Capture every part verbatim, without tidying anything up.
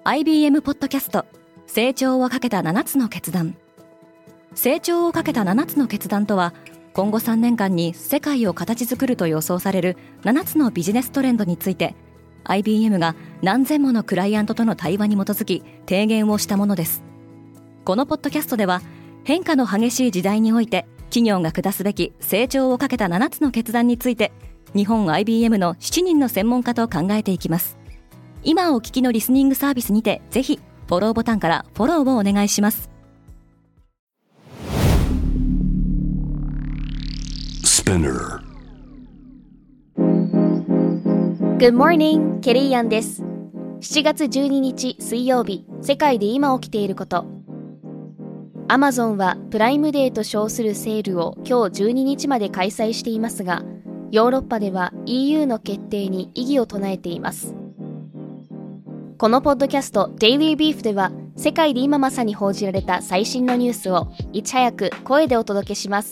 アイビーエム ポッドキャスト成長をかけたななつの決断。成長をかけたななつの決断とは、今後さんねんかんに世界を形作ると予想されるななつのビジネストレンドについて アイビーエム が何千ものクライアントとの対話に基づき提言をしたものです。このポッドキャストでは、変化の激しい時代において企業が下すべき成長をかけたななつの決断について、日本 アイビーエム のしちにんの専門家と考えていきます。今お聞きのリスニングサービスにて、ぜひフォローボタンからフォローをお願いします。 Spinner Good morning, ケリーアンです。しちがつじゅうににち水曜日、世界で今起きていること。アマゾンはプライムデーと称するセールを今日じゅうににちまで開催していますが、ヨーロッパでは イーユー の決定に異議を唱えています。このポッドキャスト Daily Beef では、世界で今まさに報じられた最新のニュースをいち早く声でお届けします。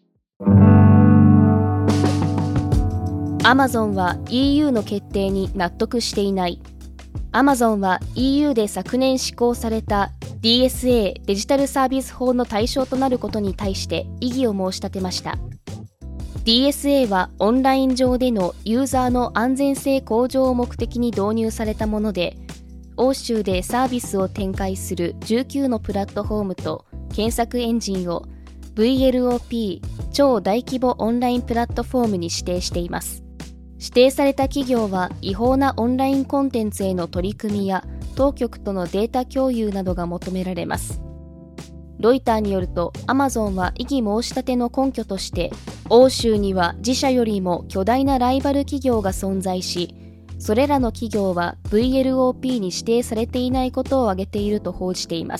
アマゾンは イーユー の決定に納得していない。アマゾンは イーユー で昨年施行された ディーエスエー デジタルサービス法の対象となることに対して異議を申し立てました。ディーエスエー はオンライン上でのユーザーの安全性向上を目的に導入されたもので、欧州でサービスを展開するじゅうきゅうのプラットフォームと検索エンジンを ブイエルオーピー 超大規模オンラインプラットフォームに指定しています。指定された企業は違法なオンラインコンテンツへの取り組みや当局とのデータ共有などが求められます。ロイターによると、アマゾンは異議申し立ての根拠として、欧州には自社よりも巨大なライバル企業が存在し、それらの企業は ブイエルオーピー に指定されていないことを挙げていると報じています。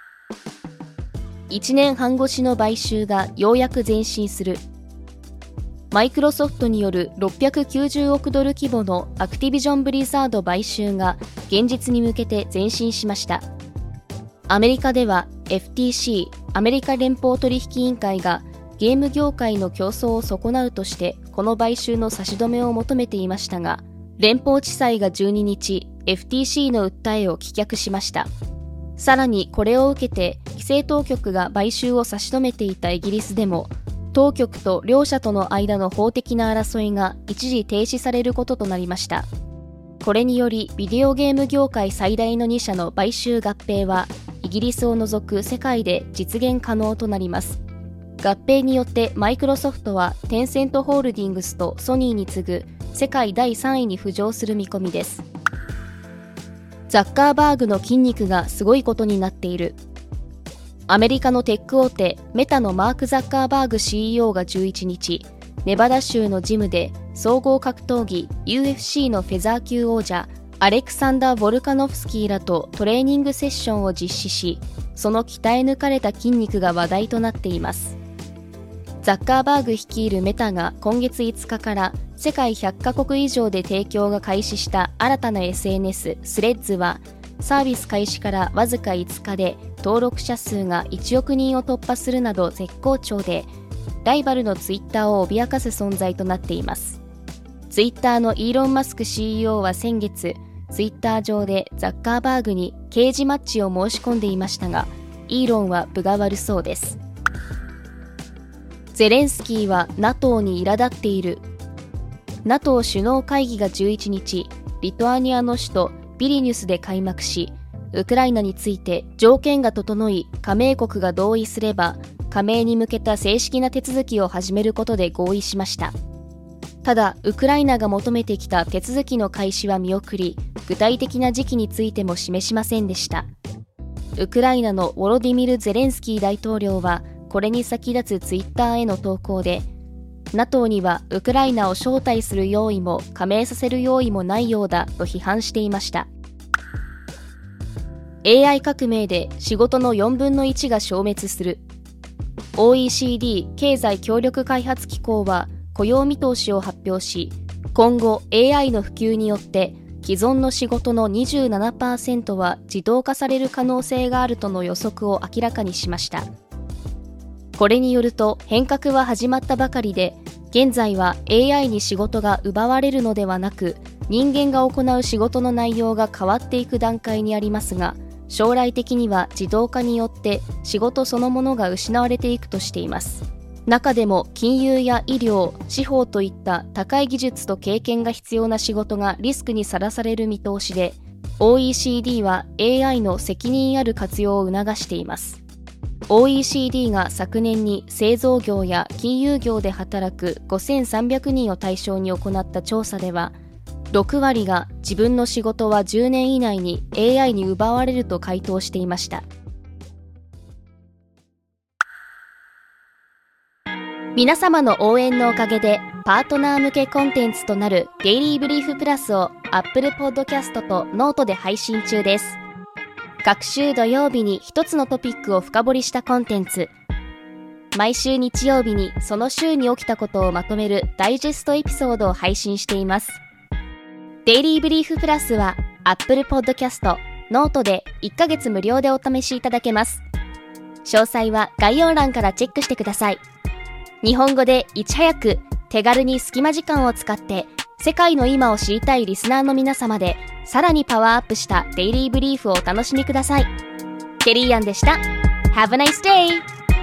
いちねんはん越しの買収がようやく前進する。マイクロソフトによるろっぴゃくきゅうじゅうおくドル規模のアクティビジョン・ブリザード買収が現実に向けて前進しました。アメリカでは エフティーシー、アメリカ連邦取引委員会がゲーム業界の競争を損なうとしてこの買収の差し止めを求めていましたが、連邦地裁がじゅうににち エフティーシー の訴えを棄却しました。さらにこれを受けて規制当局が買収を差し止めていたイギリスでも、当局と両者との間の法的な争いが一時停止されることとなりました。これによりビデオゲーム業界最大のにしゃの買収合併はイギリスを除く世界で実現可能となります。合併によってマイクロソフトはテンセントホールディングスとソニーに次ぐ世界だいさんいに浮上する見込みです。ザッカーバーグの筋肉がすごいことになっている。アメリカのテック大手メタのマーク・ザッカーバーグ シーイーオー がじゅういちにち、ネバダ州のジムで総合格闘技 ユーエフシー のフェザー級王者アレクサンダー・ヴォルカノフスキーらとトレーニングセッションを実施し、その鍛え抜かれた筋肉が話題となっています。ザッカーバーグ率いるメタが今月いつかから世界ひゃっかこく以上で提供が開始した新たな エスエヌエス スレッズは、サービス開始からわずかいつかで登録者数がいちおくにんを突破するなど絶好調で、ライバルのツイッターを脅かす存在となっています。ツイッターのイーロン・マスク シーイーオー は先月、ツイッター上でザッカーバーグに刑事マッチを申し込んでいましたが、イーロンは分が悪そうです。ゼレンスキーは ナトー に苛立っている。ナトー 首脳会議がじゅういちにち、リトアニアの首都ビリニュスで開幕し、ウクライナについて条件が整い加盟国が同意すれば加盟に向けた正式な手続きを始めることで合意しました。ただ、ウクライナが求めてきた手続きの開始は見送り、具体的な時期についても示しませんでした。ウクライナのウォロディミル・ゼレンスキー大統領はこれに先立つツイッターへの投稿で、ナトー にはウクライナを招待する用意も加盟させる用意もないようだと批判していました。エーアイ 革命で仕事のよんぶんのいちが消滅する。 オーイーシーディー 経済協力開発機構は雇用見通しを発表し、今後 エーアイ の普及によって既存の仕事の にじゅうななパーセント は自動化される可能性があるとの予測を明らかにしました。これによると変革は始まったばかりで、現在は エーアイ に仕事が奪われるのではなく、 人間が行う仕事の内容が変わっていく段階にありますが、将来的には自動化によって仕事そのものが失われていくとしています。中でも金融や医療、司法といった高い技術と経験が必要な仕事がリスクにさらされる見通しで、オーイーシーディー は エーアイ の責任ある活用を促しています。オーイーシーディー が昨年に製造業や金融業で働くごせんさんびゃくにんを対象に行った調査では、ろくわりが自分の仕事はじゅうねん以内に エーアイ に奪われると回答していました。皆様の応援のおかげでパートナー向けコンテンツとなるデイリーブリーフプラスを Apple Podcast とノートで配信中です。各週土曜日に一つのトピックを深掘りしたコンテンツ、毎週日曜日にその週に起きたことをまとめるダイジェストエピソードを配信しています。デイリーブリーフプラスは Apple Podcast、ノートでいっかげつ無料でお試しいただけます。詳細は概要欄からチェックしてください。日本語でいち早く手軽に隙間時間を使って世界の今を知りたいリスナーの皆様でさらにパワーアップしたデイリーブリーフをお楽しみください。ケリーアンでした。Have a nice day!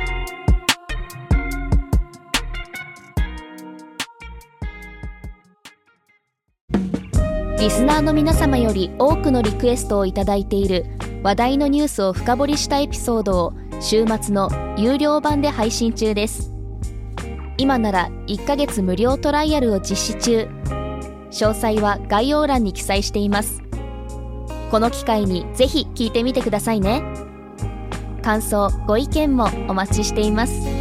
リスナーの皆様より多くのリクエストをいただいている話題のニュースを深掘りしたエピソードを週末の有料版で配信中です。今ならいっかげつ無料トライアルを実施中。詳細は概要欄に記載しています。この機会にぜひ聞いてみてくださいね。感想、ご意見もお待ちしています。